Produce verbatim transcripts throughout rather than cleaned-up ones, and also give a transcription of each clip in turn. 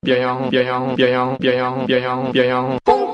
ビャヤン、ビャヤン、ビャヤン、ビャヤン、ビャヤン、ビャヤン、ポン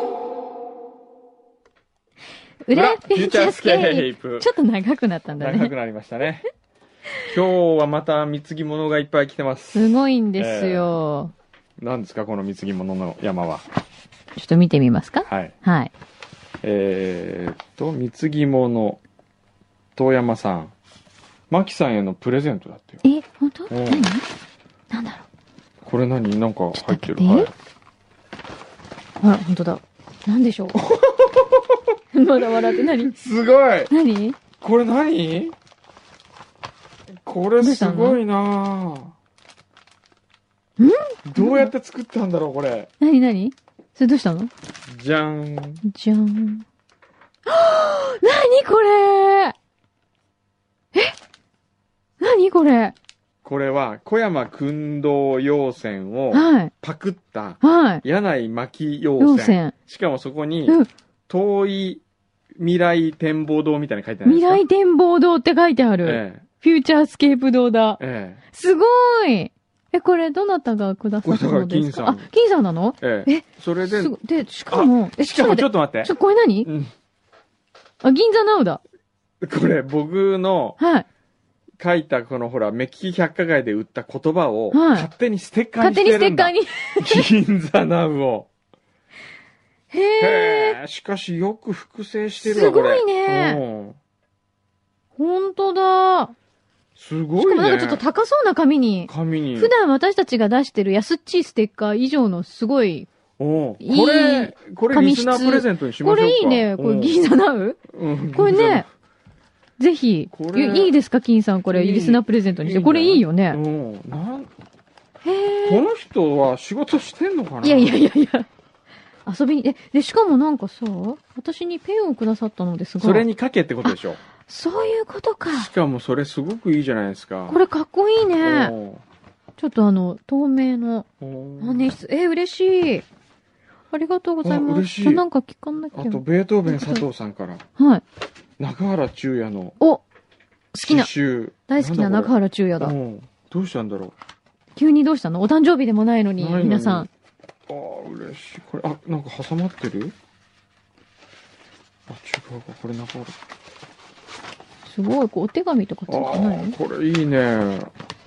裏フューチャースケープ。 プ。 ちょっと長くなったんだね。 長くなりましたね。今日はまた貢ぎ物がいっぱい来てます。 すごいんですよ。 えー、何ですかこの貢ぎ物の山は。 ちょっと見てみますか。 はい。 はい。 えーっと、貢ぎ物、遠山さん。マキさんへのプレゼントだってよ。 え、本当？ うん、 何？なんだろう。 これ何？なんか入ってる。 はい。あら、本当だ。なんでしょう。まだ笑って何？ すごい。 何？ これ何？これすごいなぁ。ん？どうやって作ったんだろうこれ。 何何？それどうしたの？ じゃん。 じゃん。はぁ！何これ？え？何これ？ これは小山薫堂陽線をパクった柳井真紀陽線。しかもそこに遠い未来展望堂みたいなの書いてあるんですか？ 未来展望堂って書いてある。ええ、フューチャースケープ堂だ。ええ、すごい。え、これどなたがくださったのですか？あ、金さんなの？ええ。え、 それで、 で、しかも、 え、しかもちょっと待って。 ちょ、これ何？うん。あ、銀座ナウだ。 これ僕の、はい。書いたこのほら、目利き百科街で売った言葉を、勝手にステッカーにしてるんだ。勝手にステッカーに。銀座ナウを。へえ。しかしよく複製してるわ、これ。すごいね。 ほんとだ。 すごいね。 しかもなんかちょっと高そうな紙に。紙に。普段私たちが出してる安っちいステッカー以上のすごい。 おこれ、これリスナープレゼントにしましょうか。 これいいね。これ銀座ナウ？うん。これね。ぜひ、いいですか、金さん、これ、リスナープレゼントにして。これいいよね。うん。なんへこの人は仕事してんのかな？ いやいやいやいや。遊びに、え、で、しかもなんかさ、私にペンをくださったのですが。 それに書けってことでしょ？ そういうことか。 しかもそれすごくいいじゃないですか。 これかっこいいね。ちょっとあの、透明の万年筆。え、嬉しい。ありがとうございます。嬉しい。なんか聞かなきゃ。 あと、ベートーベン佐藤さんから。 はい。 中原中也の。 お好きな。大好きな中原中也だ。 どうしたんだろう。 急にどうしたの？お誕生日でもないのに、皆さん。ああ、嬉しい。これ、あ、なんか挟まってる？あ、違うか。これ中原。 すごい、こう、お手紙とかついてない？ これいいね。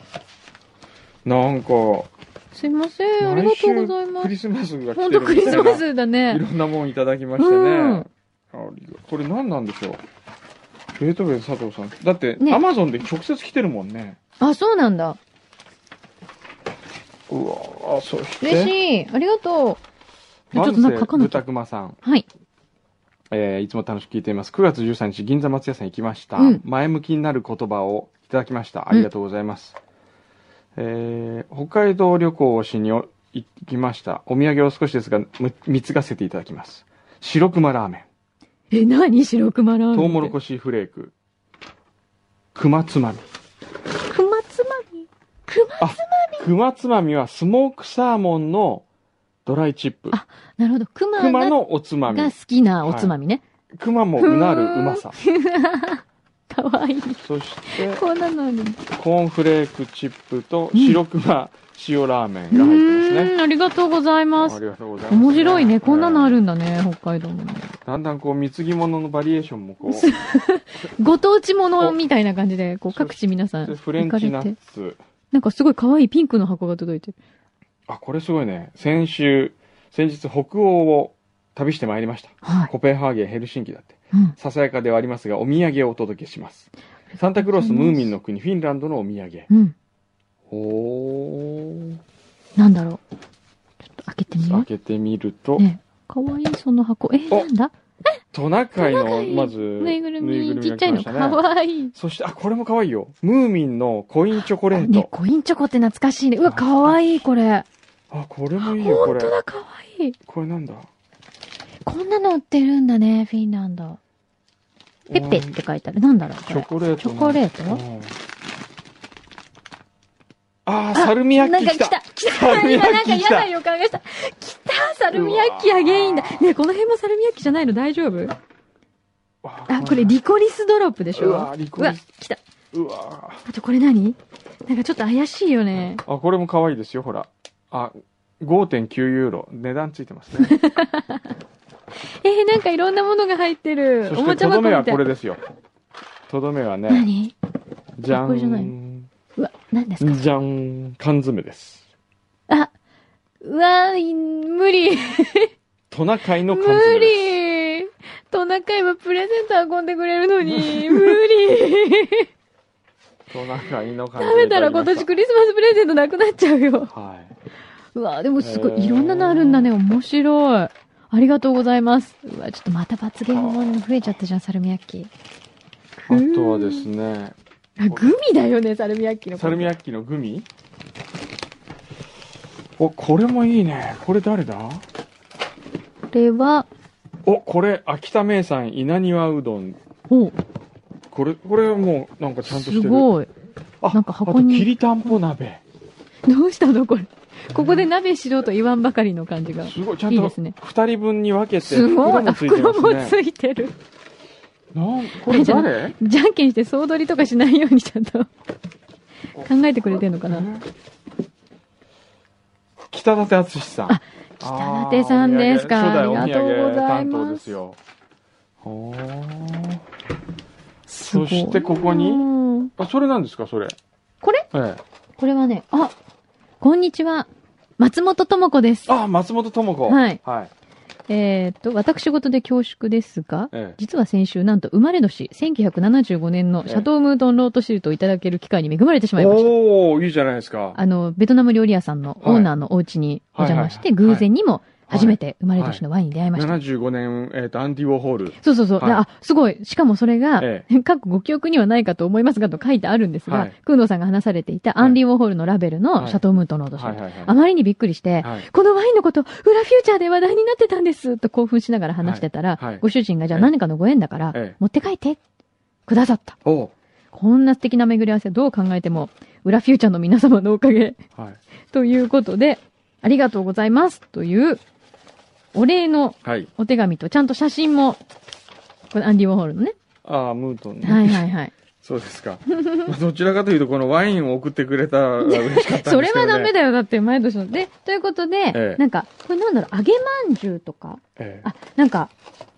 なんか。 すいません、ありがとうございます。 クリスマスが来てるみたいな。 ほんとクリスマスだね。 いろんなもんいただきましてね。これ何なんでしょう？ベートーベン佐藤さん。だって、アマゾンで直接来てるもんね。 あ、そうなんだ。 うわあ、そして。 嬉しい。ありがとう。 ちょっとなんか書かなきゃ。豚熊さん。 はい。 えー、いつも楽しく聞いています。くがつじゅうさんにち、銀座松屋さん行きました。うん、前向きになる言葉をいただきました。ありがとうございます。うん、えー、北海道旅行をしに行きました。お土産を少しですが、貢がせていただきます。白熊ラーメン。 え、何白熊ラーメン？ トウモロコシフレーク。熊つまみ。 熊つまみ？熊つまみ？ 熊つまみはスモークサーモンのドライチップ。 あ、なるほど。熊熊のおつまみ。 が好きなおつまみね。 はい、熊もうなるうまさ。 かわいい。 そして、 こんなのある。 コーンフレークチップと白熊塩ラーメンが入ってますね。 うん、ありがとうございます。 ありがとうございます、ね。 面白いね。こんなのあるんだね、北海道のね。 だんだんこう、貢ぎ物のバリエーションもこう。 ご当地ものみたいな感じで、こう、各地皆さん。 フレンチナッツ。 なんかすごい可愛いピンクの箱が届いてる。 あ、これすごいね。先週、先日北欧を旅してまいりました。はい、コペンハーゲン、ヘルシンキだって。うん、ささやかではありますが、お土産をお届けします。サンタクロース、ムーミンの国、フィンランドのお土産。うん。おー。 なんだろう。ちょっと開けてみよう。 開けてみると。 ね、かわいい、その箱。え、なんだ？ トナカイの、まず、 ぬいぐるみ、ちっちゃいの。かわいい。 そして、あ、これもかわいいよ。ムーミンのコインチョコレート。ね、 コインチョコって懐かしいね。うわ、かわいい、これ。 あ、これもいいよ、これ。 ほんとだ、かわいい。 これなんだ？ こんなの売ってるんだね、フィンランド。ペッペって書いてある。なんだろう、 チョコレート。 チョコレート？ あー、サルミヤッキ来た。 なんか来た。来た。今なんか嫌な予感がした。来た、サルミヤッキあげいいんだ。ねえ、この辺もサルミヤッキじゃないの大丈夫？あ、これリコリスドロップでしょ？ うわ、リコリス。 うわ、来た。 うわ。 あとこれ何？なんかちょっと怪しいよね。 あ、これも可愛いですよ、ほら。あ、 ごてんきゅうユーロ。値段ついてますね。 えー、なんかいろんなものが入ってる。 そして、とどめはこれですよ。とどめはね。 何？ じゃん。 これじゃない。うわ、何ですか？ じゃん。缶詰です。 あ、うわー、無理。 トナカイの缶詰です。 無理。トナカイはプレゼント運んでくれるのに、無理。 トナカイの缶詰。 食べたら今年クリスマスプレゼントなくなっちゃうよ。 はい。 うわ、でもすごい、いろんなのあるんだね。面白い。ありがとうございます。うわ、ちょっとまた罰ゲームもの増えちゃったじゃん、サルミヤッキ。 あとはですね。 あ、グミだよね、サルミヤッキの。 サルミヤッキのグミ？お、これもいいね。これ誰だ？これは、 お、これ、秋田名産稲庭うどん。 おこれ、これもうなんかちゃんとしてる。 すごい。 あ、 なんか箱に。 あときりたんぽ鍋。 どうしたのこれ。ここで鍋しろと言わんばかりの感じが。 すごい、ちゃんと二人分に分けて、 すごい、袋もついてる。 なん、これ誰？ じゃんけんして総取りとかしないようにちゃんと考えてくれてんのかな。 北舘敦さん。 あ、北舘さんですか。 初代おありがとうござい担当ま。 ですすよ。ほー。そしてここに、あ、それなんですか、それ。 これ？ ええ。 これはね、あ、こんにちは。松本智子です。 あ、松本智子。 はい。 はい。 えーっと、私事で恐縮ですが、 ええ、 実は先週、なんと生まれ年、せんきゅうひゃくななじゅうごねんのシャトームートンロートシルトをいただける機会に恵まれてしまいました。 おー、いいじゃないですか。 あの、ベトナム料理屋さんのオーナーのお家にお邪魔して、偶然にも初めて生まれ年のワインに出会いました。 ななじゅうごねん、えっと、アンディ・ウォーホール。 そうそうそう。 はい、 あ、すごい。しかもそれが、 ええ、 各ご記憶にはないかと思いますがと書いてあるんですが、はい、クーノさんが話されていたアンディ・ウォーホールのラベルのシャトームートンロートシルト。あまりにびっくりして、はい、このワインのこと、裏フューチャーで話題になってたんですと興奮しながら話してたら、はいはい、ご主人がじゃあ何かのご縁だから、ええ、持って帰ってくださった。こんな素敵な巡り合わせどう考えても、裏フューチャーの皆様のおかげ。はい、ということで、ありがとうございますという、お礼のお手紙と、ちゃんと写真も、これアンディ・ウォーホールのね。 ああ、ムートンね。 はいはいはい。 そうですか。まあどちらかというと、このワインを送ってくれたら嬉しかったんですけどね。 それはダメだよ。だって毎年の。で、ということで、ええ、なんか、これなんだろう、揚げまんじゅうとか、ええ、あ、なんか、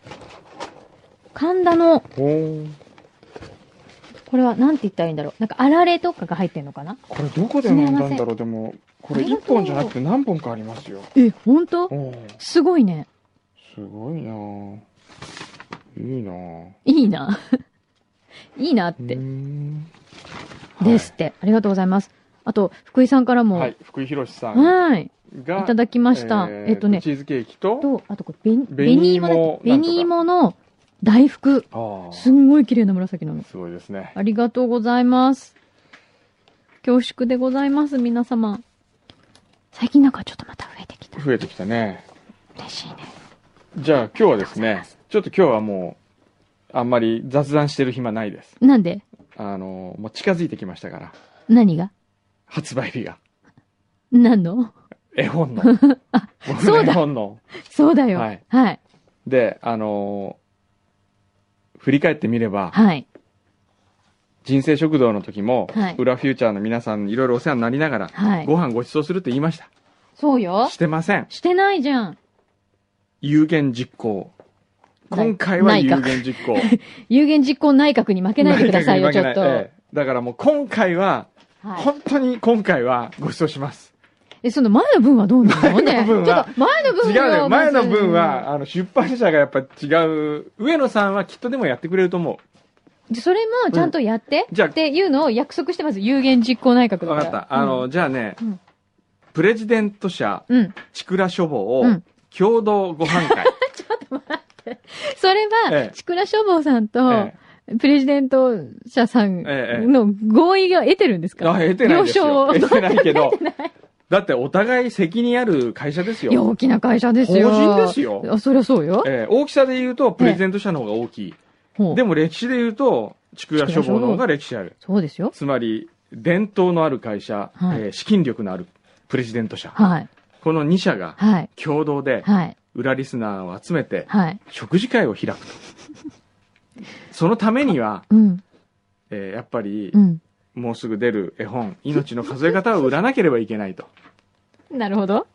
神田の、これはなんて言ったらいいんだろう。なんか、あられとかが入ってんのかな？ これどこで飲んだんだろう。でも、これ一本じゃなくて何本かありますよ。 え、ほんと？すごいね。 すごいなぁ。いいなぁ。 いいな。いいなって。ですって、はい。ありがとうございます。あと、福井さんからも。 はい、福井博さん。 はい。いただきました。えー、えっとね。 チーズケーキと、 と、あとこれ、紅芋。紅芋の大福。すんごい綺麗な紫なの。 すごいですね。 ありがとうございます。恐縮でございます、皆様。最近なんかちょっとまた増えてきた。 増えてきたね。 嬉しいね。 じゃあ今日はですね、ちょっと今日はもう、あんまり雑談してる暇ないです。 なんで？ あの、もう近づいてきましたから。 何が？ 発売日が。 何の？ 絵本の。 あ、そうだ。 絵本の。 そうだよ。はい。はい。 で、あのー、振り返ってみれば、 はい。 人生食堂の時も、 はい、 裏フューチャーの皆さんいろいろお世話になりながら、はい、ご飯ご馳走するって言いました。 そうよ。 してません。 してないじゃん。 有言実行。今回は有言実行。 有言実行内閣に負けないでくださいよ、ちょっと、ええ。だからもう今回は、はい、本当に今回はご馳走します。 え、その前の分はどうなの？ 前の分は、 前の分は違うね。前の分は、あの、出版社がやっぱ違う。上野さんはきっとでもやってくれると思う。 それもちゃんとやって、うん、じゃっていうのを約束してます。有言実行内閣だから。 わかった。あの、うん、じゃあね、うん、プレジデント社、うん、チクラ書房、うん、共同ご飯会。 ちょっと待って。それは、ええ、チクラ書房さんと、ええ、プレジデント社さんの合意が得てるんですか？ あ、得てないですよ。得てないけど。だってお互い責任ある会社ですよ。 いや、大きな会社ですよ。 法人ですよ。 あ、そりゃそうよ。 ええ、大きさで言うと、プレジデント社の方が大きい。ええ、でも歴史で言うと、チクラ書房の方が歴史ある。 そうですよ。 つまり、伝統のある会社、はい、えー、資金力のあるプレジデント社。 はい。 このに社が、共同で、裏リスナーを集めて、はい、食事会を開くと。そのためには、うん、えー、やっぱり、うん、もうすぐ出る絵本、命の数え方を売らなければいけないと。 なるほど。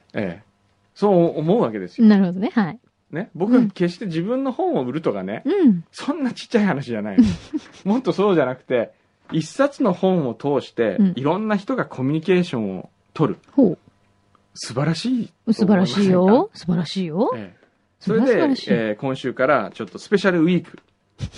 ええ。そう思うわけですよ。 なるほどね。はい。 ね。僕は決して自分の本を売るとかね、 うん、そんなちっちゃい話じゃない。もっとそうじゃなくて、一冊の本を通して、うん、いろんな人がコミュニケーションを取る。ほう。素晴らしい。 素晴らしいよ。素晴らしいよ。ええ、 それで、えー、今週からちょっとスペシャルウィーク。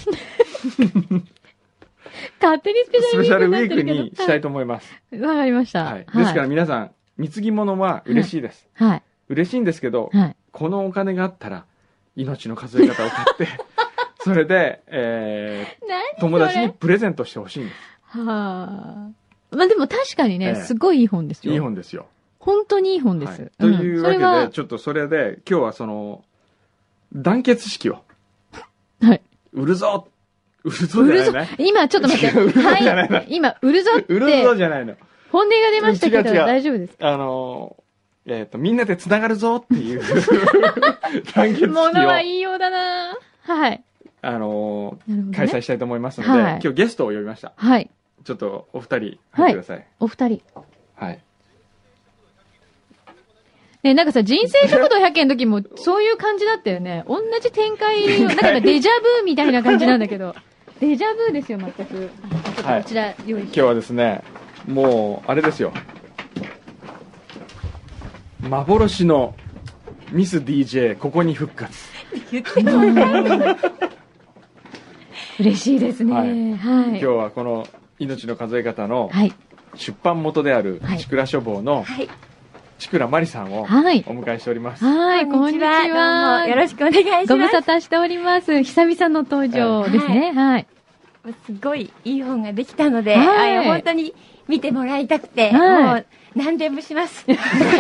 勝手にスペシャルウィークにスペシャルウィークにしたいと思います。 わかりました。 はい。ですから皆さん、貢ぎ物は嬉しいです。はい。はい、嬉しいんですけど、はい、このお金があったら、命の数え方を買って、それで、えー、友達にプレゼントしてほしいんです。 はあ。まあでも確かにね、えー、すごいいい本ですよ。 いい本ですよ。 本当にいい本です。はい、 というわけで、うん、ちょっとそれで、今日はその、団結式を。はい。売るぞ売るぞじゃないね。 今ちょっと待って。売るぞじゃないの。はい、今、売るぞって。 売るぞじゃないの。 本音が出ましたけど、大丈夫ですか？ あのー、えっ、ー、と、みんなで繋がるぞっていう団結式を。 ものは言いようだな。はい。 あのーね、開催したいと思いますので、はい、今日ゲストを呼びました。はい。ちょっとお二人入ってください。はい、 お二人。はい。ね、なんかさ、人生食堂ひゃっけんの時もそういう感じだったよね。同じ展開の、なんかデジャブみたいな感じなんだけど。デジャブですよ、全く。はい。こちら、用意して。 今日はですね、もう、あれですよ。幻のミス ディージェー、ここに復活。 言ってない。嬉しいですね。はい。はい、 今日はこの命の数え方の出版元である、ちくら書房の、はい。ちくらまりさんをお迎えしております。 はい、こんにちは。 よろしくお願いします。 ご無沙汰しております。久々の登場ですね。はい。 すごいいい本ができたので、はい、本当に見てもらいたくて、もう何でもします。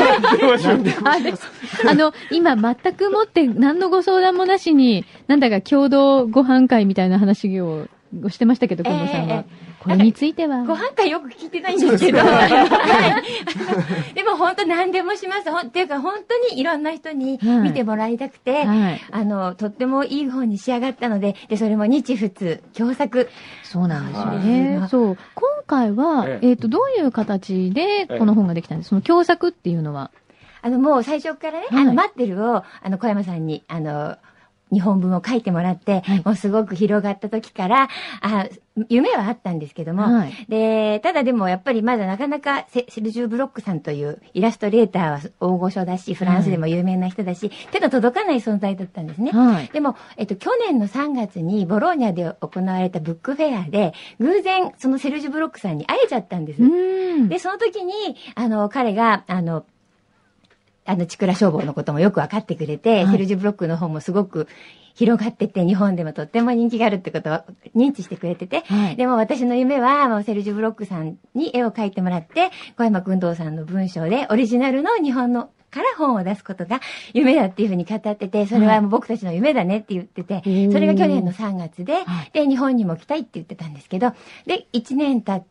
あの、今全くもって何のご相談もなしに、なんだか共同ご飯会みたいな話をしてましたけど、近藤さんは。これについては。 ご飯会よく聞いてないんですけど。はい。でも本当何でもします。ほん、っていうか本当にいろんな人に見てもらいたくて、はい、あの、とってもいい本に仕上がったので、で、それも日仏共作。 そうなんですよね。そう。今回は、えっ、ー、と、どういう形でこの本ができたんですか？その共作っていうのは。 あの、もう最初からね、はい、あの、待ってるを、あの、小山さんに、あの、日本文を書いてもらって、はい、もうすごく広がった時から、あ、夢はあったんですけども、はい、で、ただでもやっぱりまだなかなかセ、セルジュ・ブロックさんというイラストレーターは大御所だし、フランスでも有名な人だし、はい、手の届かない存在だったんですね。はい、でも、えっと、去年のさんがつにボローニャで行われたブックフェアで、偶然そのセルジュ・ブロックさんに会えちゃったんです。で、その時に、あの、彼が、あの、あの、ちくら消防のこともよくわかってくれて、はい、セルジュブロックの方もすごく広がってて、日本でもとっても人気があるってことを認知してくれてて、はい、でも私の夢は、もうセルジュブロックさんに絵を描いてもらって、小山君堂さんの文章でオリジナルの日本のから本を出すことが夢だっていうふうに語ってて、それはもう僕たちの夢だねって言ってて、はい、それが去年のさんがつで、で、日本にも来たいって言ってたんですけど、で、いちねん経って、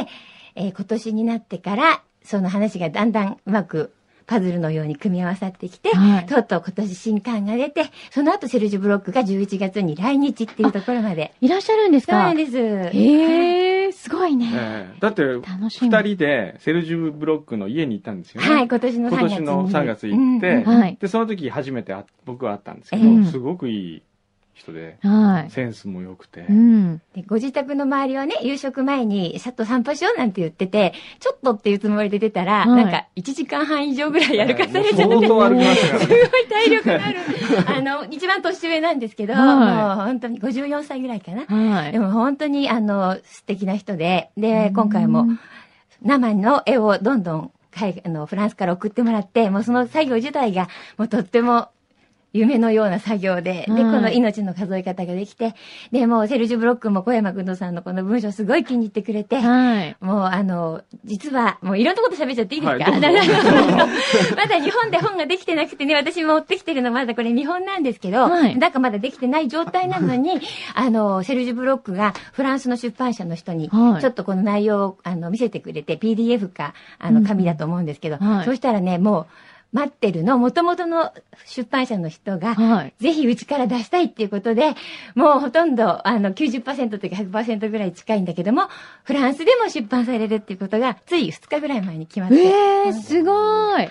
えー、今年になってから、その話がだんだんうまくパズルのように組み合わさってきて、はい、とうとう今年新刊が出て、その後セルジュブロックがじゅういちがつに来日っていうところまで。 いらっしゃるんですか？ そうなんです。 へえー、すごいね。 えー、だって、二人でセルジュブロックの家に行ったんですよね。 はい、今年のさんがつに。 今年のさんがつ行って、うんはい、で、その時初めて僕は会ったんですけど、うん、すごくいい人で、はい、センスも良くて、うん、 でご自宅の周りはね、夕食前にさっと散歩しようなんて言ってて、ちょっとっていうつもりで出たら、はい、なんかいちじかんはん以上ぐらい歩かされちゃって、 相当歩きましたからね、 すごい体力のあるあの一番年上なんですけど、はい、もう本当にごじゅうよんさいぐらいかな、はい、でも本当にあの素敵な人で、で今回も生の絵をどんどんあのフランスから送ってもらって、もうその作業自体がもうとっても夢のような作業で、で、この命の数え方ができて、で、もうセルジュブロックも小山くんのさんのこの文章すごい気に入ってくれて、はい、もうあの、実は、もういろんなこと喋っちゃっていいですか？はい、まだ日本で本ができてなくてね、私持ってきてるのまだこれ見本なんですけど、はい、だからまだできてない状態なのに、あの、セルジュブロックがフランスの出版社の人に、ちょっとこの内容をあの見せてくれて、ピーディーエフ か、あの、紙だと思うんですけど、うんはい、そうしたらね、もう、待ってるの、元々の出版社の人が、はい、ぜひうちから出したいっていうことで、もうほとんど、あの、きゅうじゅっパーセントというかひゃくパーセントぐらい近いんだけども、フランスでも出版されるっていうことが、ついふつかぐらい前に決まって。 えー、すごい。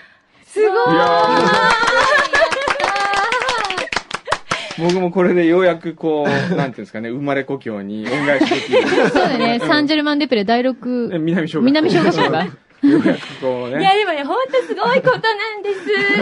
すごい。いや僕もこれでようやくこう、なんていうんですかね、生まれ故郷に恩返しできる。 そうだね、サンジェルマンデプレだいろく、 南小学校。 南小学校が。 ようやくこうね。 いやでもね、ほんとすごいことなんです。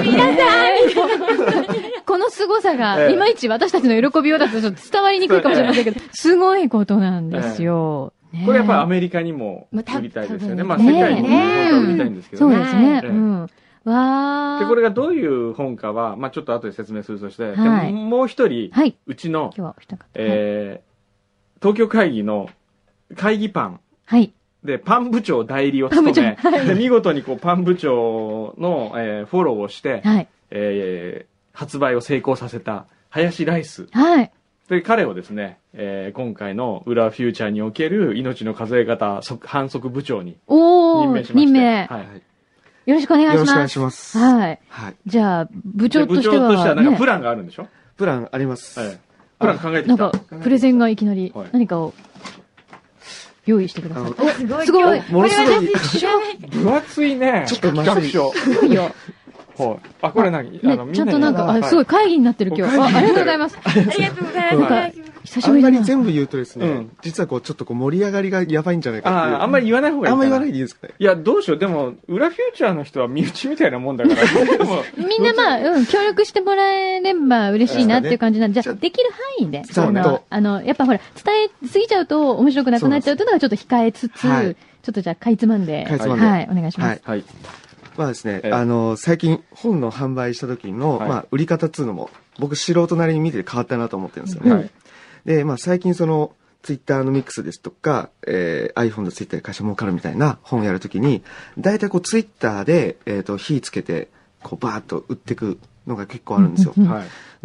皆さんこの凄さが、いまいち私たちの喜びようだとちょっと伝わりにくいかもしれませんけど、すごいことなんですよ。 これやっぱりアメリカにも売りたいですよね。まあ世界にも本当は売りたいんですけどね。 そうですね。うん。わー。 で、これがどういう本かは、まあちょっと後で説明するとして、もう一人、うちの、え東京会議の会議パン。はい。で、パン部長代理を務め、はい、見事にこうパン部長の、えー、フォローをして、はい、えー、発売を成功させた林ライス。はい。で、彼をですね、えー、今回の裏フューチャーにおける命の数え方反則部長に任命しました。任命。はい。 よろしくお願いします。よろしくお願いします。 はい。はい。じゃあ、部長としては、ね。部長としてはなんかプランがあるんでしょ？ プランあります。はい。 プラン考えてきた。 なんか、プレゼンがいきなり、何かを、用意してください。 お、すごい。 すごい。 ものすごい。 分厚いね。 ちょっとまずい。 すごいよ。 はい。あ、これ何あの、ちゃんとなんか、あ、すごい会議になってる今日。あ、ありがとうございます。 ありがとうございます。 久しぶりに。あんまり全部言うとですね、実はこう、ちょっとこう盛り上がりがやばいんじゃないかっていう。 あ、あんまり言わない方がいい。 あんまり言わないでいいですかね。 いや、どうしよう。でも、裏フューチャーの人は身内みたいなもんだから。 みんなまあ、うん、協力してもらえれば嬉しいなっていう感じなんで、じゃあ、できる範囲で。 ちゃんと。 あの、やっぱほら、伝えすぎちゃうと面白くなくなっちゃうというのはちょっと控えつつ、ちょっとじゃあ、かいつまんで。 かいつまんで。 はい、お願いします。はい。 まあですね、あの、最近本の販売した時の、まあ、売り方っていうのも、僕素人なりに見て変わったなと思ってるんですよね。で、まあ最近その、ツイッターのミックスですとか、えー、iPhone のツイッターで会社儲かるみたいな本をやるときに、大体こうツイッターで、えっと、火つけて、こうバーッと売っていくのが結構あるんですよ。はい。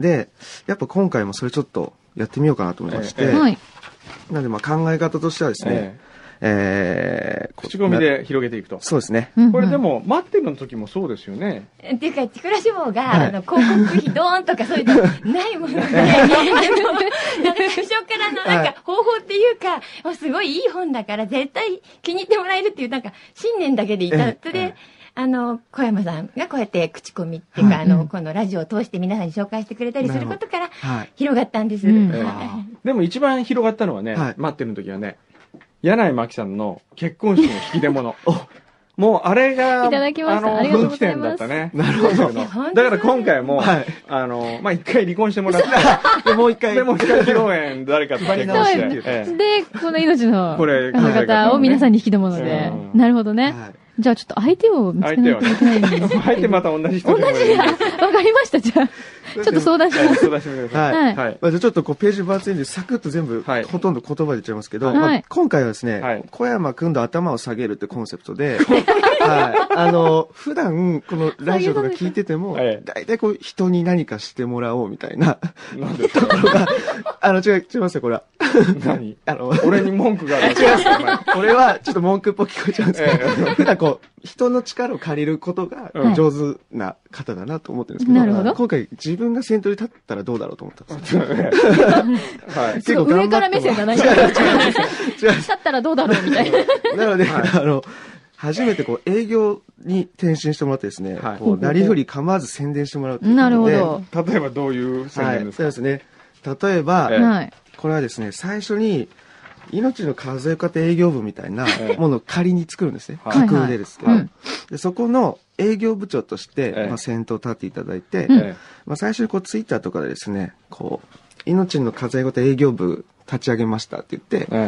で、やっぱ今回もそれちょっとやってみようかなと思いまして、えー、はい。なのでまあ考え方としてはですね、えーえー、口コミで広げていくと。 そうですね。 これでも、待ってるの時もそうですよね。 っていうか、チクラ志望が、はい、あの、広告費ドーンとかそういうのないもので、あの、最初からのなんか方法っていうか、はい、すごいいい本だから絶対気に入ってもらえるっていう、なんか信念だけでいた。それで、あの、小山さんがこうやって口コミっていうか、はい、あの、このラジオを通して皆さんに紹介してくれたりすることから、広がったんです。うんはい、 でも一番広がったのはね、はい、待ってる時はね、柳井真紀さんの結婚式の引き出物。もうあれが、 いただきました。 あの、分岐点だったね。なるほど。だから今回も、はい、あの、まあ、一回離婚してもらって、で、もう一回、で、もう一回披露宴誰かと結婚して。 で、この命の方を皆さんに引き出物で。なるほどね。じゃあちょっと相手を見つけないといけないんです。 相手また同じ人同じ。わかりました、じゃあ。ちょっと相談します。 相談してください。 はい。まあ、じゃあちょっとこうページ分厚いんで、サクッと全部、ほとんど言葉で言っちゃいますけど、まあ、今回はですね、小山くんと頭を下げるってコンセプトで、はい。あの、普段、このラジオとか聞いてても、大体こう人に何かしてもらおうみたいな、 なんでところが、あの、違う、違いますよ、これは。 何あの、俺に文句がある。違います。俺は、ちょっと文句っぽく聞こえちゃうんですけど、普段こう、人の力を借りることが上手な方だなと思ってるんですけど、 なるほど。 今回自分が先頭に立ったらどうだろうと思ったんですよ。 はい。結構上から目線がないから。違う。立ったらどうだろうみたいな。 なので、あの、初めてこう営業に転身してもらってですね、こうなりふり構わず宣伝してもらうっていうなるほど。 例えばどういう宣伝ですか？ そうですね。例えば、これはですね、最初に、命の数え方営業部みたいなものを仮に作るんですね。架空でですけど。でそこの営業部長として、まあ、先頭立っていただいて、まあ、最初にこうツイッターとかでですね、こう、命の数え方営業部立ち上げましたって言って、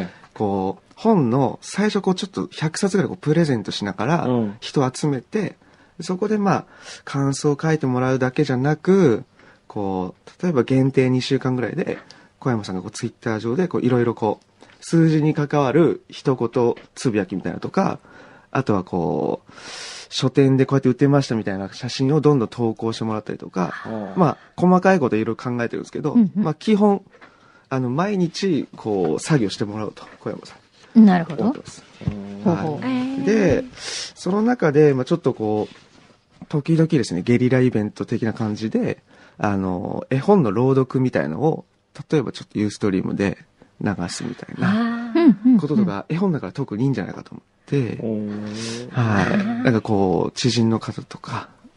こう、本の最初こうちょっとひゃくさつぐらいこうプレゼントしながら人を集めて、そこでまあ、感想を書いてもらうだけじゃなく、こう、例えば限定にしゅうかんぐらいで、小山さんがこうツイッター上でこういろいろこう、数字に関わる一言つぶやきみたいなとか、あとはこう、書店でこうやって売ってましたみたいな写真をどんどん投稿してもらったりとか、まあ、細かいこといろいろ考えてるんですけど、うんうん、まあ、基本、あの、毎日、こう、作業してもらうと、小山さん。なるほど。 はい、で、その中で、まあ、ちょっとこう、時々ですね、ゲリライベント的な感じで、あの、絵本の朗読みたいのを、例えばちょっとユーストリームで、流すみたいなこととか、絵本だから特にいいんじゃないかと思って、はい。なんかこう、知人の方とか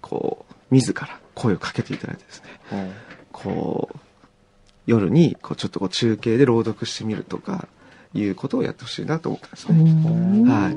こう、自ら声をかけていただいてですね、うん、こう、夜にこうちょっとこう中継で朗読してみるとかいうことをやってほしいなと思ったんですね。はい。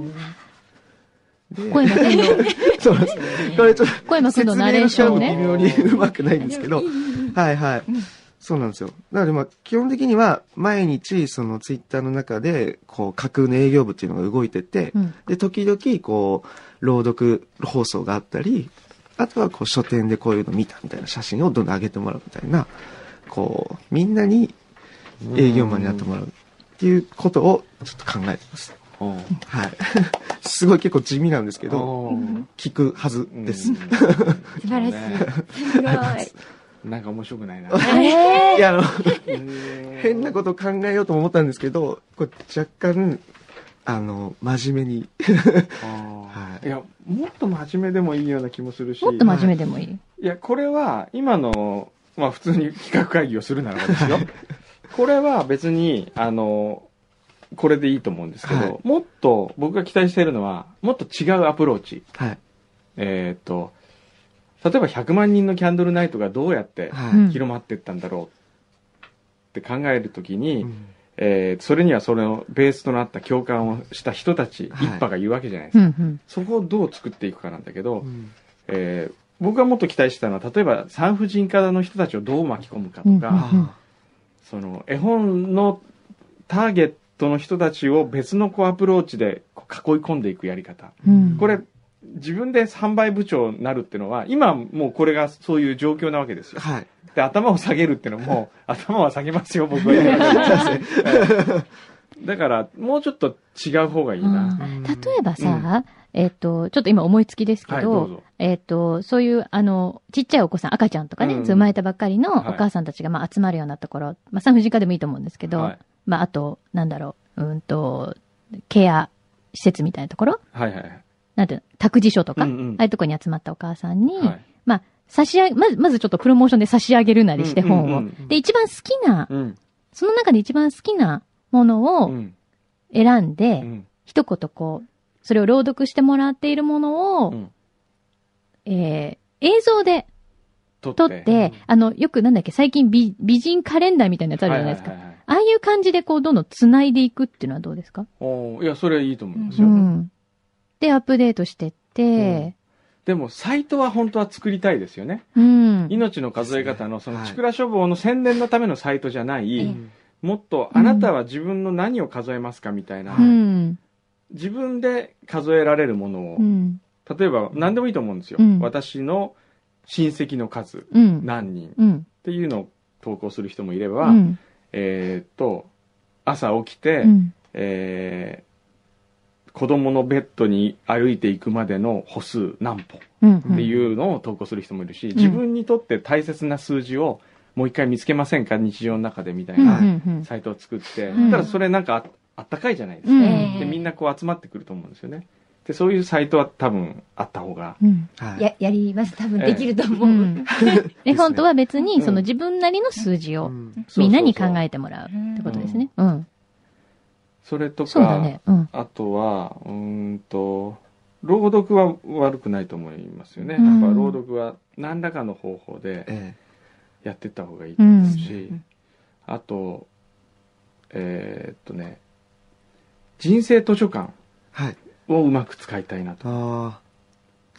小山君のそうです。これちょっと小山君のナレーションね。 微妙にうまくないんですけど、はいはい。そうなんですよ。だからまあ基本的には毎日そのツイッターの中でこう架空の営業部っていうのが動いてて、うん、で時々こう朗読放送があったり、あとはこう書店でこういうの見たみたいな写真をどんどん上げてもらうみたいな。こうみんなに営業マンになってもらうっていうことをちょっと考えてます。はい。すごい結構地味なんですけど、聞くはずです。 素晴らしい。すごい。 なんか面白くないな。 いや、あの、変なことを考えようと思ったんですけど、これ若干、あの、真面目に。 はい、いや、もっと真面目でもいいような気もするし。 もっと真面目でもいい。 いや、これは今の、まあ普通に企画会議をするならばですよ。これは別に、あの、これでいいと思うんですけど、はい、もっと僕が期待しているのは、もっと違うアプローチ。はい、えっと、例えばひゃくまん人のキャンドルナイトがどうやって広まっていったんだろうって考えるときに、うん、えー、それにはそれのベースとなった共感をした人たち、はい、一派がいるわけじゃないですか。うんうん、そこをどう作っていくかなんだけど、うん、えー僕がもっと期待したのは、例えば産婦人科の人たちをどう巻き込むかとか、うんうん、その絵本のターゲットの人たちを別のこうアプローチでこう囲い込んでいくやり方、うん、これ自分で販売部長になるっていうのは今もうこれがそういう状況なわけですよ。はい、で頭を下げるっていうのも頭は下げますよ僕は。だからもうちょっと違う方がいいな。 例えばさ、うんえっ、ー、と、ちょっと今思いつきですけど、はい、えっ、ー、と、そういう、あの、ちっちゃいお子さん、赤ちゃんとかね、うん、生まれたばっかりのお母さんたちが、まあ、集まるようなところ、はい、まあ、産婦人科でもいいと思うんですけど、はい、まあ、あと、なんだろう、うんと、ケア施設みたいなところ、はいはい、なんていうの、託児所とか、うんうん、ああいうところに集まったお母さんに、はい、まあ、差し上げ、まず、まずちょっとプロモーションで差し上げるなりして本を、うんうんうん、で、一番好きな、うん、その中で一番好きなものを選んで、うん、一言こう、それを朗読してもらっているものを、うん、えー、映像で撮って、ってうん、あの、よくなんだっけ、最近美、美人カレンダーみたいなやつあるじゃないですか。はいはいはいはい、ああいう感じでこう、どんどん繋いでいくっていうのはどうですか？ おいや、それはいいと思いますよ。うん、 で、アップデートしてって、うん、 でも、サイトは本当は作りたいですよね。うん、命の数え方の、その、チクラ書房の宣伝のためのサイトじゃない、うん、もっと、あなたは自分の何を数えますかみたいな、うん自分で数えられるものを、うん、例えば何でもいいと思うんですよ、うん、私の親戚の数、うん、何人、うん、っていうのを投稿する人もいれば、うん、えー、っと朝起きて、うんえー、子供のベッドに歩いていくまでの歩数何歩っていうのを投稿する人もいるし、うん、自分にとって大切な数字をもう一回見つけませんか日常の中でみたいなサイトを作って、うん、ただそれなんかあったかいじゃないですか、うん、でみんなこう集まってくると思うんですよね。でそういうサイトは多分あった方が、うんはい、や, やります多分できると思う、うん絵本とは別にその自分なりの数字をみんなに考えてもらうってことですね。うん、 それとか、ねうん、あとはうーんと朗読は悪くないと思いますよね、うん、やっぱ朗読は何らかの方法でやっていった方がいいと思うし、うん、あとえー、っとね人生図書館をうまく使いたいなと、はい、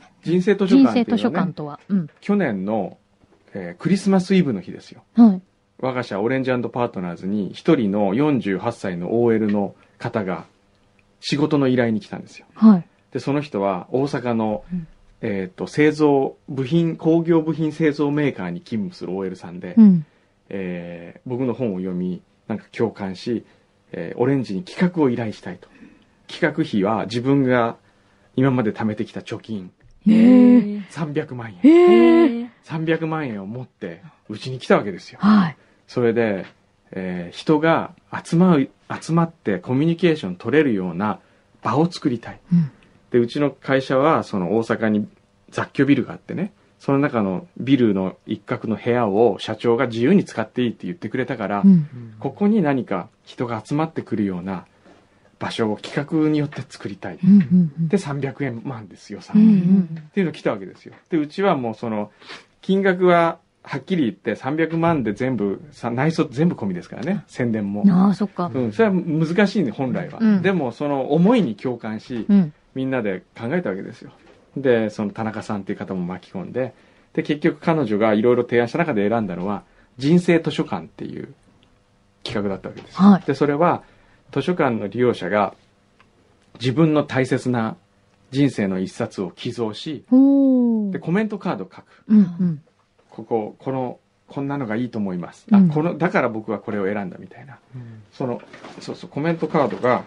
人生図書館っていうのは、ね、人生図書館とは、うん、去年の、えー、クリスマスイブの日ですよ、はい、我が社オレンジ&パートナーズに一人のよんじゅうはっさいの オーエル の方が仕事の依頼に来たんですよ、はい、でその人は大阪の、うんえー、と製造部品工業部品製造メーカーに勤務する オーエル さんで、うんえー、僕の本を読みなんか共感し、えー、オレンジに企画を依頼したいと。企画費は自分が今まで貯めてきた貯金さんびゃくまんえんさんびゃくまんえんを持ってうちに来たわけですよ、はい、それで、えー、人が集まる集まってコミュニケーション取れるような場を作りたい、うん、でうちの会社はその大阪に雑居ビルがあってねその中のビルの一角の部屋を社長が自由に使っていいって言ってくれたから、うん、ここに何か人が集まってくるような場所を企画によって作りたい。 うんうんうん、 で、さんびゃくえんまんですよ、さん。 うんうん、 っていうの来たわけですよ。で、うちはもうその、金額は、はっきり言ってさんびゃくまんで全部、内装全部込みですからね、宣伝も。 ああ、そっか。 うん、それは難しいね、本来は。うん、でも、その思いに共感し、うん、みんなで考えたわけですよ。で、その田中さんっていう方も巻き込んで、で、結局彼女がいろいろ提案した中で選んだのは、人生図書館っていう企画だったわけです。はい、で、それは、図書館の利用者が自分の大切な人生の一冊を寄贈し、で、コメントカードを書く。うんうん、ここ、この、こんなのがいいと思います。あ、うん、この、だから僕はこれを選んだみたいな。うん、その、そうそう、コメントカードが、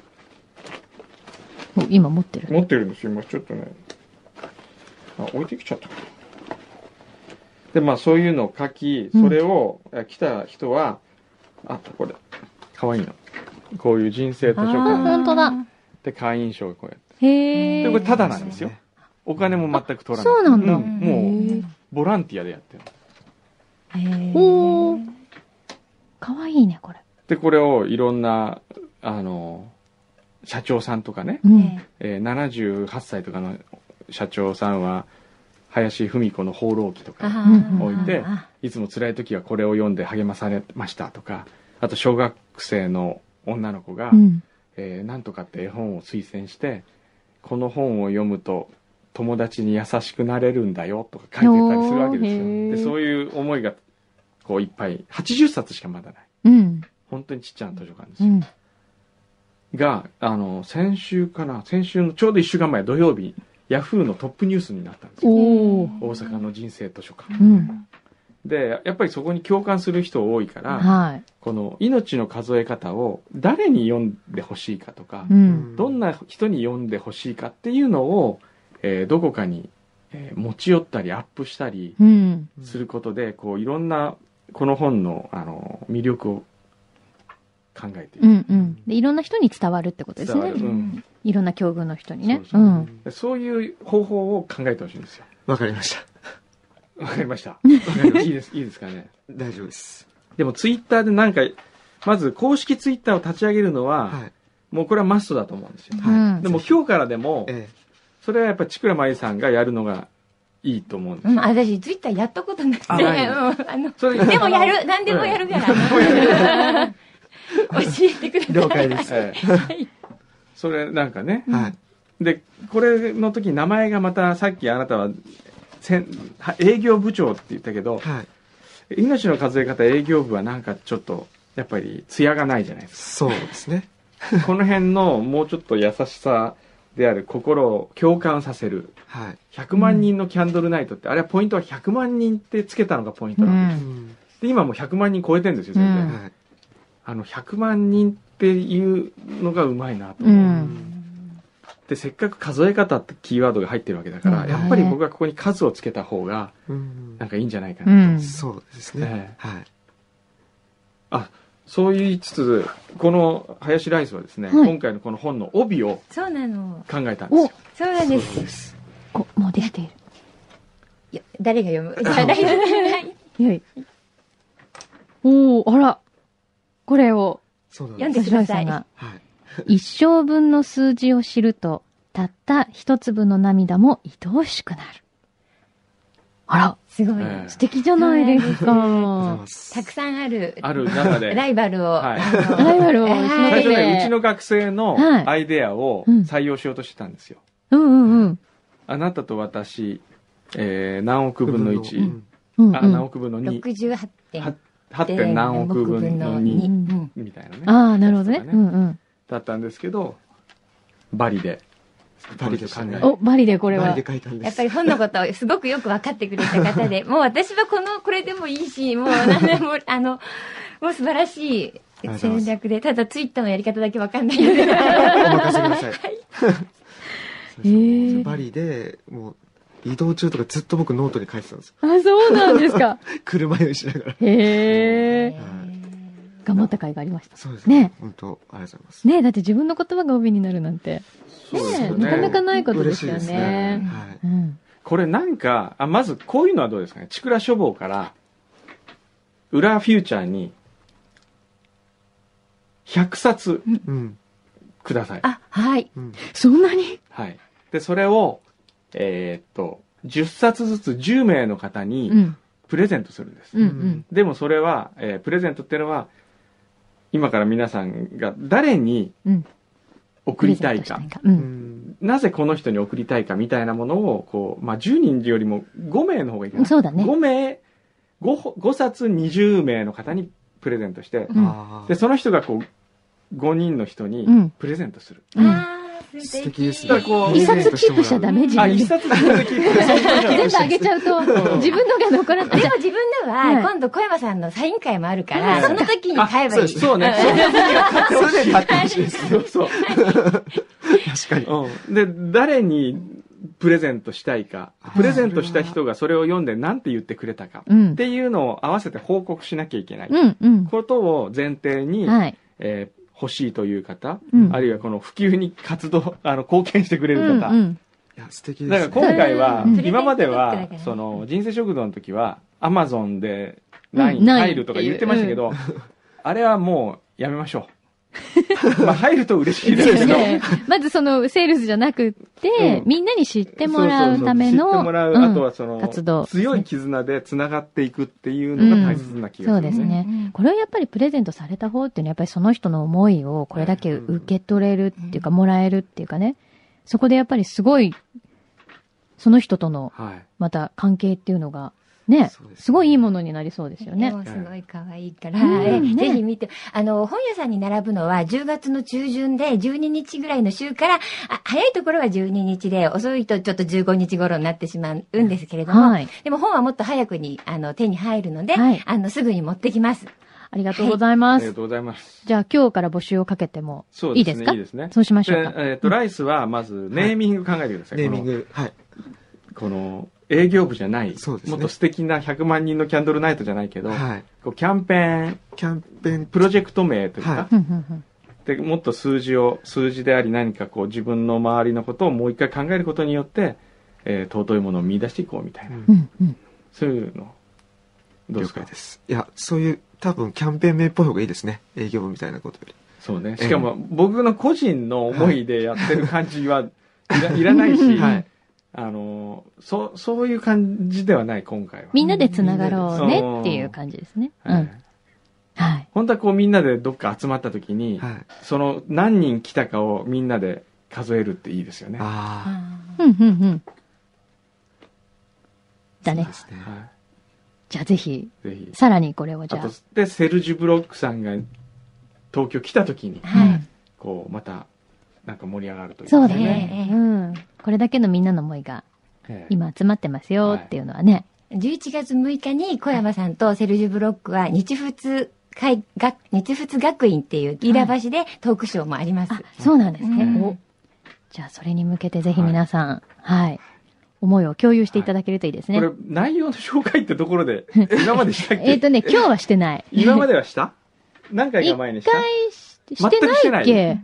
今持ってる持ってるんですよ。今ちょっとね、あ、置いてきちゃったかな。で、まあそういうのを書き、それを、うん、来た人は、あ、これ、かわいいの。こういう人生図書館。 本当だ。 で、会員証をこうやって。 へー。 で、これタダなんですよ。お金も全く取らない。 そうなんだ。うん、 もう、ボランティアでやってる。 へー。おー。かわいいね、これ。 で、これをいろんな、あの、社長さんとかね、うん、えー、ななじゅうはっさいとかの社長さんは、林芙美子の放浪記とか置いて、いつも辛い時はこれを読んで励まされましたとか、あと小学生の女の子が、うん、えー、なんとかって絵本を推薦して、この本を読むと友達に優しくなれるんだよとか書いてたりするわけですよ。で、そういう思いがこういっぱい、はちじゅっさつしかまだない。うん、本当にちっちゃな図書館ですよ。うん、が、あの、先週かな、先週のちょうどいっしゅうかんまえ土曜日、ヤフーのトップニュースになったんですよ。大阪の人生図書館。うん、で、やっぱりそこに共感する人多いから、はい、この命の数え方を誰に読んでほしいかとか、うん、どんな人に読んでほしいかっていうのを、えー、どこかに、えー、持ち寄ったりアップしたりすることで、うん、こういろんなこの本の、あの魅力を考えている、 うんうん、でいろんな人に伝わるってことですね。うん、いろんな境遇の人にね。そうそう、うん、 そういう方法を考えてほしいんですよ。 わかりました。 わかりました。いいです、いいですかね。 大丈夫です。 でもツイッターでなんか、まず公式ツイッターを立ち上げるのは、はい、もうこれはマストだと思うんですよ。はい、でも今日からでも、ええ、それはやっぱり千倉真由さんがやるのがいいと思うんですよ。 うん、私ツイッターやったことなくて、あのでもやる、何でもやるから。教えてください。 了解です。 ええ、それなんかね、はい、でこれの時名前がまたさっきあなたは営業部長って言ったけど、はい、命の数え方営業部はなんかちょっとやっぱり艶がないじゃないですか。そうですね。 この辺のもうちょっと優しさである心を共感させる、はい、ひゃくまんにんのキャンドルナイトって、あれはポイントはひゃくまんにんってつけたのがポイントなんです、うん、で今もうひゃくまんにん超えてるんですよ全然、うん、あのひゃくまんにんっていうのがうまいなと思う、うん、でせっかく数え方ってキーワードが入ってるわけだから、うん、やっぱり僕はここに数をつけた方がなんかいいんじゃないかなと、うん、 そうですね、えー、はい、 あ、そう言いつつこのハヤシライスはですね、はい、今回のこの本の帯を考えたんですよ。 そうなんです。です。 お、もうできている。 いや、誰が読む？はい。 おお、あら、これを読んでください。はい、 一生分の数字を知ると、たった一粒の涙も愛おしくなる。あら、 すごい、 えー、素敵じゃないですか。 たくさんある。 ある中で。 ライバルを。 はい、 ライバルを。 最初ね、うちの学生のアイデアを採用しようとしてたんですよ。 うんうんうん。 あなたと私、えー、何億分のいち、うん、あ、何億分のに。 ろくじゅうはちてん。 はち. 点何億分のに。みたいなね。 ああ、なるほどね。うんうん。 だったんですけど、バリで。 バリで考えお、バリでこれは。 バリで書いたんです。 やっぱり本のことをすごくよく分かってくれた方で、もう私はこの、これでもいいし、もう何でも、あの、もう素晴らしい戦略で、ただツイッターのやり方だけ分かんないので。お任せください。はい、えー、バリで、もう、移動中とかずっと僕ノートに書いてたんですよ。 あ、そうなんですか。 車酔いしながら。 へー。頑張った甲斐がありました。 そうですね。ね、本当、ありがとうございます。 ね、だって自分の言葉が帯になるなんて。 そうですよね。なかなかないことですよね。ね、 はい、うん。これなんか、あ、まずこういうのはどうですかね。千倉書房から、裏フューチャーに、ひゃくさつ、うん、 ください。 あ、はい。 うん、そんなに？ はい。で、それを、えー、っと、じゅっさつずつじゅうめいの方にプレゼントするんです。うんうん、でもそれは、えー、プレゼントっていうのは、今から皆さんが誰に送りたいか、うん、なぜこの人に送りたいかみたいなものを、こう、まあ、じゅうにんよりもごめいの方がいいかな。 そうだね。 ごめい、ご, ごさつにじゅうめいの方にプレゼントして、うん、で、その人がこう、ごにんの人にプレゼントする。 うんうん素敵ですね。一冊キープしちゃダメ、自分で。 あ、一冊キープ全部あげちゃうと、自分のが残らない。 でも自分のは、今度小山さんのサイン会もあるから、その時に買えばいい。 そうね。 それで買ってほしいです。 そうそう。確かに。で、誰にプレゼントしたいか、プレゼントした人がそれを読んで何て言ってくれたか、っていうのを合わせて報告しなきゃいけない。ことを前提に、えー欲しいという方、うん、あるいはこの普及に活動、あの、貢献してくれる方。うんうん、 いや、素敵ですね。 だから今回は、うん、今までは、その、人生食堂の時は、アマゾンでライン入るとか言ってましたけど、うん、あれはもうやめましょう。まあ入ると嬉しいですけど。 まずそのセールスじゃなくて、うん、みんなに知ってもらうための。 そうそうそう知ってもらう、うん、あとはその、活動。強い絆で繋がっていくっていうのが大切な気がする、ねうん。そうですね。 これはやっぱりプレゼントされた方っていうのはやっぱりその人の思いをこれだけ受け取れるっていうか、もらえるっていうかね。そこでやっぱりすごい、その人との、また関係っていうのが、ね、すごいいいものになりそうですよね。 すごい可愛いから、うん、ぜひ見て、あの、本屋さんに並ぶのはじゅうがつの中旬でじゅうににちぐらいの週から、あ早いところはじゅうににちで、遅いとちょっとじゅうごにち頃になってしまうんですけれども、はい、でも本はもっと早くにあの手に入るので、はい、あの、すぐに持ってきます。 ありがとうございます。 はい、ありがとうございます。 じゃあ今日から募集をかけてもいいですか？そうですね。いいですね。そうしましょうか。 えっ、ー、と、ライスはまずネーミング考えてください。 ネーミング。はい。 この、営業部じゃない、そうですね、もっと素敵なひゃくまんにんのキャンドルナイトじゃないけど、はい、こうキャンペーン、キャンペーン、プロジェクト名というか、はい、でもっと数字を、数字であり何かこう自分の周りのことをもう一回考えることによって、えー、尊いものを見出していこうみたいな。うんうん、そういうの、どうですか？ 了解です。いや、そういう多分キャンペーン名っぽい方がいいですね。営業部みたいなことより。 そうね。しかも、えー、僕の個人の思いでやってる感じはいら、いらないし、はいあの、そう、そういう感じではない、今回は。 みんなで繋がろうねっていう感じですね。うん。 はい。本当はこうみんなでどっか集まった時に、はい、その何人来たかをみんなで数えるっていいですよね。ああ。うん、うん、うん。だね。そうですね。はい。じゃあぜひ、ぜひ。さらにこれをじゃあ。あと、 で、セルジュブロックさんが東京来た時に、はい。こう、また、なんか盛り上がるというか、 ね。そうだね。うん。これだけのみんなの思いが今集まってますよっていうのはね。 はい、じゅういちがつむいかに小山さんとセルジュブロックは日仏会学日仏学院っていう飯田橋でトークショーもあります。はい、 あ、そうなんですね。うん、おじゃあそれに向けてぜひ皆さん、はい、はい、思いを共有していただけるといいですね。 はい、これ内容の紹介ってところで今までしたっけ？ えっとね今日はしてない。 今まではした？何回か前にした？ 一回してないっけ？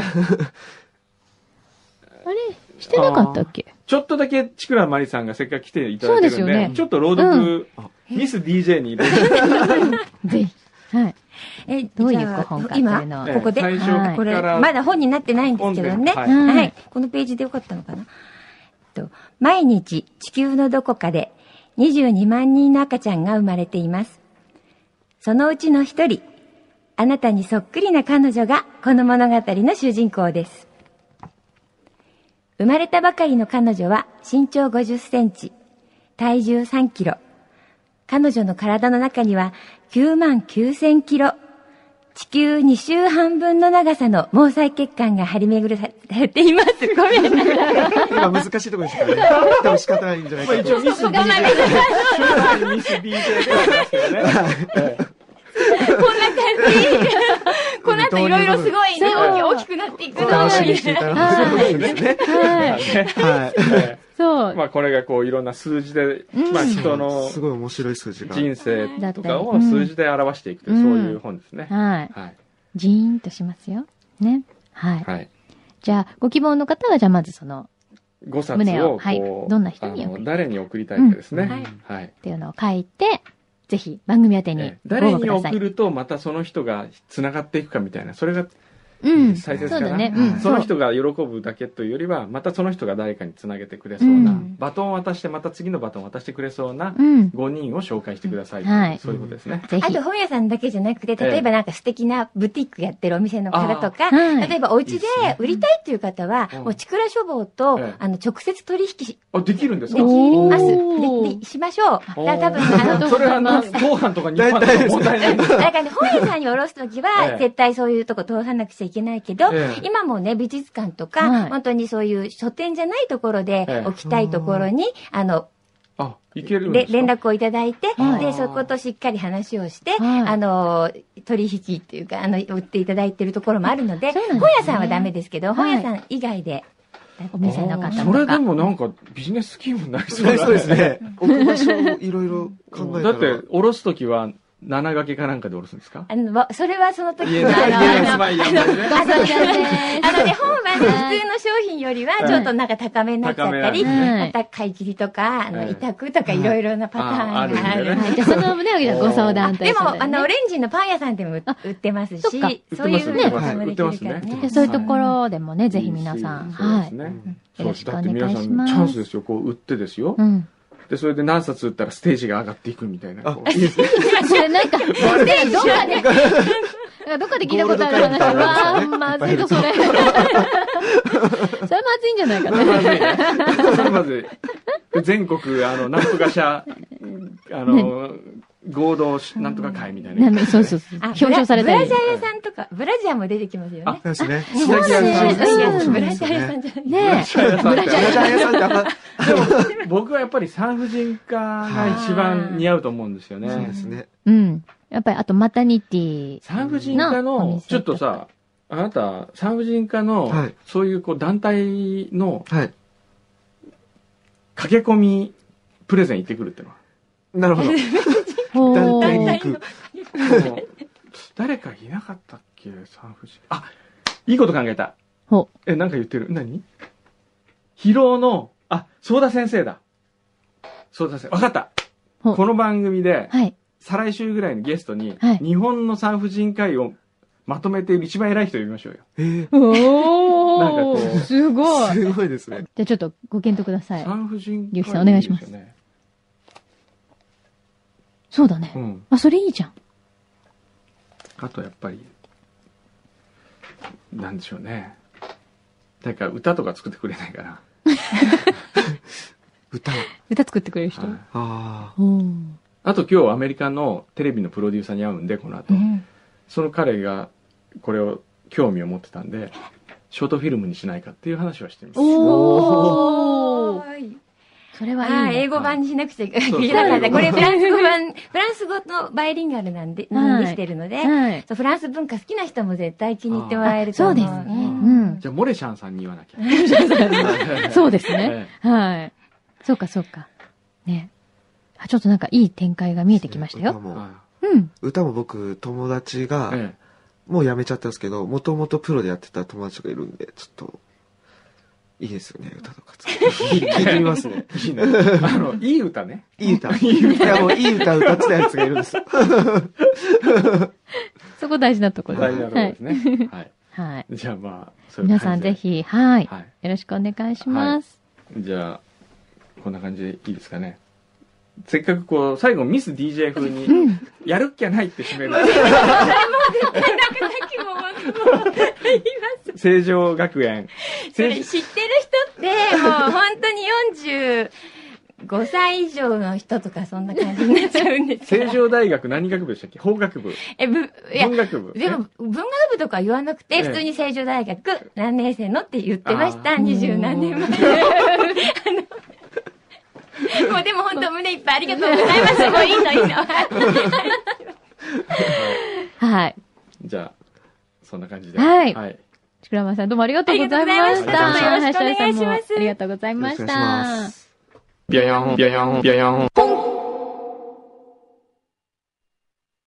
あれしてなかったっけ？ ちょっとだけ、ちくらまりさんがせっかく来ていただいてるんで、そうですよね、ちょっと朗読、うん、ミス ディージェー に入れて。 ぜひ。はい。え、どういう本かっていうの今、ここで、 最初から、 これ、まだ本になってないんですけどね。はい、はい。このページでよかったのかな。と毎日、地球のどこかで、にじゅうにまんにんの赤ちゃんが生まれています。そのうちの一人、あなたにそっくりな彼女が、この物語の主人公です。生まれたばかりの彼女は身長ごじゅっセンチ、体重さんキロ。彼女の体の中にはきゅうまんきゅうせんキロ、地球に周半分の長さの毛細血管が張り巡らされています。ごめんなさい。 今難しいところですからね。多分仕方ないんじゃないかな。 一応ミス ディージェー で。ミス ディージェー ではありますけどね。 こんな感じ。この後いろいろすごいね、大きくなっていくの楽しみにしていただくんですね。 はい。そう。まあこれがこういろんな数字で、まあ人のすごい面白い数字が人生とかを数字で表していくというそういう本ですね。 はい。ジーンとしますよ。ね。はい。はい。じゃあご希望の方はじゃあまずそのごさつをはい。どんな人に誰に送りたいかですね。 はい。っていうのを書いて。ぜひ番組宛てに、 ええ、誰に送るとまたその人がつながっていくかみたいな、それがうん。 大切かな。 そうだね。 うん。その人が喜ぶだけというよりは、またその人が誰かにつなげてくれそうな、バトンを渡して、また次のバトンを渡してくれそうなごにんを紹介してください。はい。そういうことですね。 あと本屋さんだけじゃなくて、例えばなんか素敵なブティックやってるお店の方とか、例えばお家で売りたいっていう方は、もうチクラ書房と、あの、直接取引し、 あ、できるんですか？ できます。で、しましょう。だから多分、あの、 それはな、当販とか日販とか問題ないんですか？ だからね、本屋さんに卸すときは、絶対そういうとこ通さなくちゃいけないけど、今もね、美術館とか、本当にそういう書店じゃないところで置きたいところに、あの、 あ、いけるんですか？ 連絡をいただいて、で、そことしっかり話をして、あの、取引っていうか、あの、売っていただいてるところもあるので、本屋さんはダメですけど、本屋さん以外で、お店の方とか。 それでもなんかビジネススキームになりそうそうですね。置く場所をいろいろ考えたら。 だって、おろすときは、七掛けかなんかでおろすんですか？ あの、それはその時の。家の住まいやんまりね。 あのね、本はね、普通の商品よりはちょっとなんか高めになっちゃったり、また買い切りとか、あの、委託とかいろいろなパターンがある。 じゃあそのね、ご相談とでも、あの、オレンジのパン屋さんでも売ってますし、そういうね、 売ってますね。 そういうところでもね、ぜひ皆さん、はい。よろしくお願いします。 だって皆さんチャンスですよ、こう売ってですよ。で、それで何冊売ったらステージが上がっていくみたいな。 いいですね。それなんか、どっかで、どっかで聞いたことある話。わあ、まずいぞ、それ。それまずいんじゃないかね。 それまずい。全国、あの、なんとか社、あの、合同なんとか会みたいな。 そうそうそう。表彰されたり。 ブラジャー屋さんとか、ブラジャーも出てきますよね。 あ、そうですね。 そうですね。ブラジャー屋さんじゃない。 ねブラジャー屋さんってあんま、 でも、僕はやっぱり産婦人科が一番似合うと思うんですよね。 そうですね。 うん。やっぱり、あと、マタニティ。 産婦人科の、ちょっとさ、あなた、産婦人科の、そういうこう団体の、駆け込みプレゼン行ってくるってのは。 なるほど。団体に行く。 誰かいなかったっけ、産婦人科。あ、いいこと考えた。 ほう。 え、なんか言ってる。何？疲労の、あ、相田先生だ。相田先生。わかった。この番組で、はい、再来週ぐらいのゲストに、はい、日本の産婦人科医をまとめている一番偉い人呼びましょうよ。 えー、 おー。 なんかこう。すごい。 すごいですね。 じゃあちょっとご検討ください。 産婦人科医、ね。 ゆうきさんお願いします。そうだね。うん、あ、それいいじゃん。 あとやっぱり、なんでしょうね。誰か歌とか作ってくれないかな。 歌歌作ってくれる人、はい、 ああと今日アメリカのテレビのプロデューサーに会うんで、この後。うん、その彼がこれを興味を持ってたんで、ショートフィルムにしないかっていう話はしてます。 おー。それはいい、ね。 ああ、英語版にしなくちゃいけなかった。これフランス語版、フランス語のバイリンガルなんで、にしてるので、はい、そう、フランス文化好きな人も絶対気に入ってもらえると思う。 そうですね。うん。 じゃあ、モレシャンさんに言わなきゃ。 そうですね。はい。そうか、そうか。ね。あ、ちょっとなんかいい展開が見えてきましたよ。 歌も、うん。歌も僕、友達が、ええ、もう辞めちゃったんですけど、もともとプロでやってた友達がいるんで、ちょっと、いいですよね、歌とか。聞いてみますね。 いいね。あの、いい歌ね。 いい歌。いい歌。いや、もういい歌歌ってたやつがいるんです。 そこ大事なところです。大事なところですね。 はい。はい。 じゃあまあ、 皆さんぜひ、はい。よろしくお願いします。 じゃあ、こんな感じでいいですかね。せっかくこう、最後ミス ディージェー 風に、やるっきゃないって締める。成城学園。 それ知ってる人って、もう本当によんじゅうごさい以上の人とかそんな感じになっちゃうんです成城大学何学部でしたっけ？法学部。 え、ぶ、いや、 文学部。 でも、文学部とか言わなくて、普通に成城大学何年生のって言ってました。二十何年前。もうでも本当胸いっぱいありがとうございます。もういいのいいの。 はい。 じゃあ、そんな感じで。 はい。はい。ちくらまさんどうもありがとうございました。 よろしくお願いします。 ありがとうございました。 よろしくお願いします。 ビャヤン、ビャヤン、ビャヤン。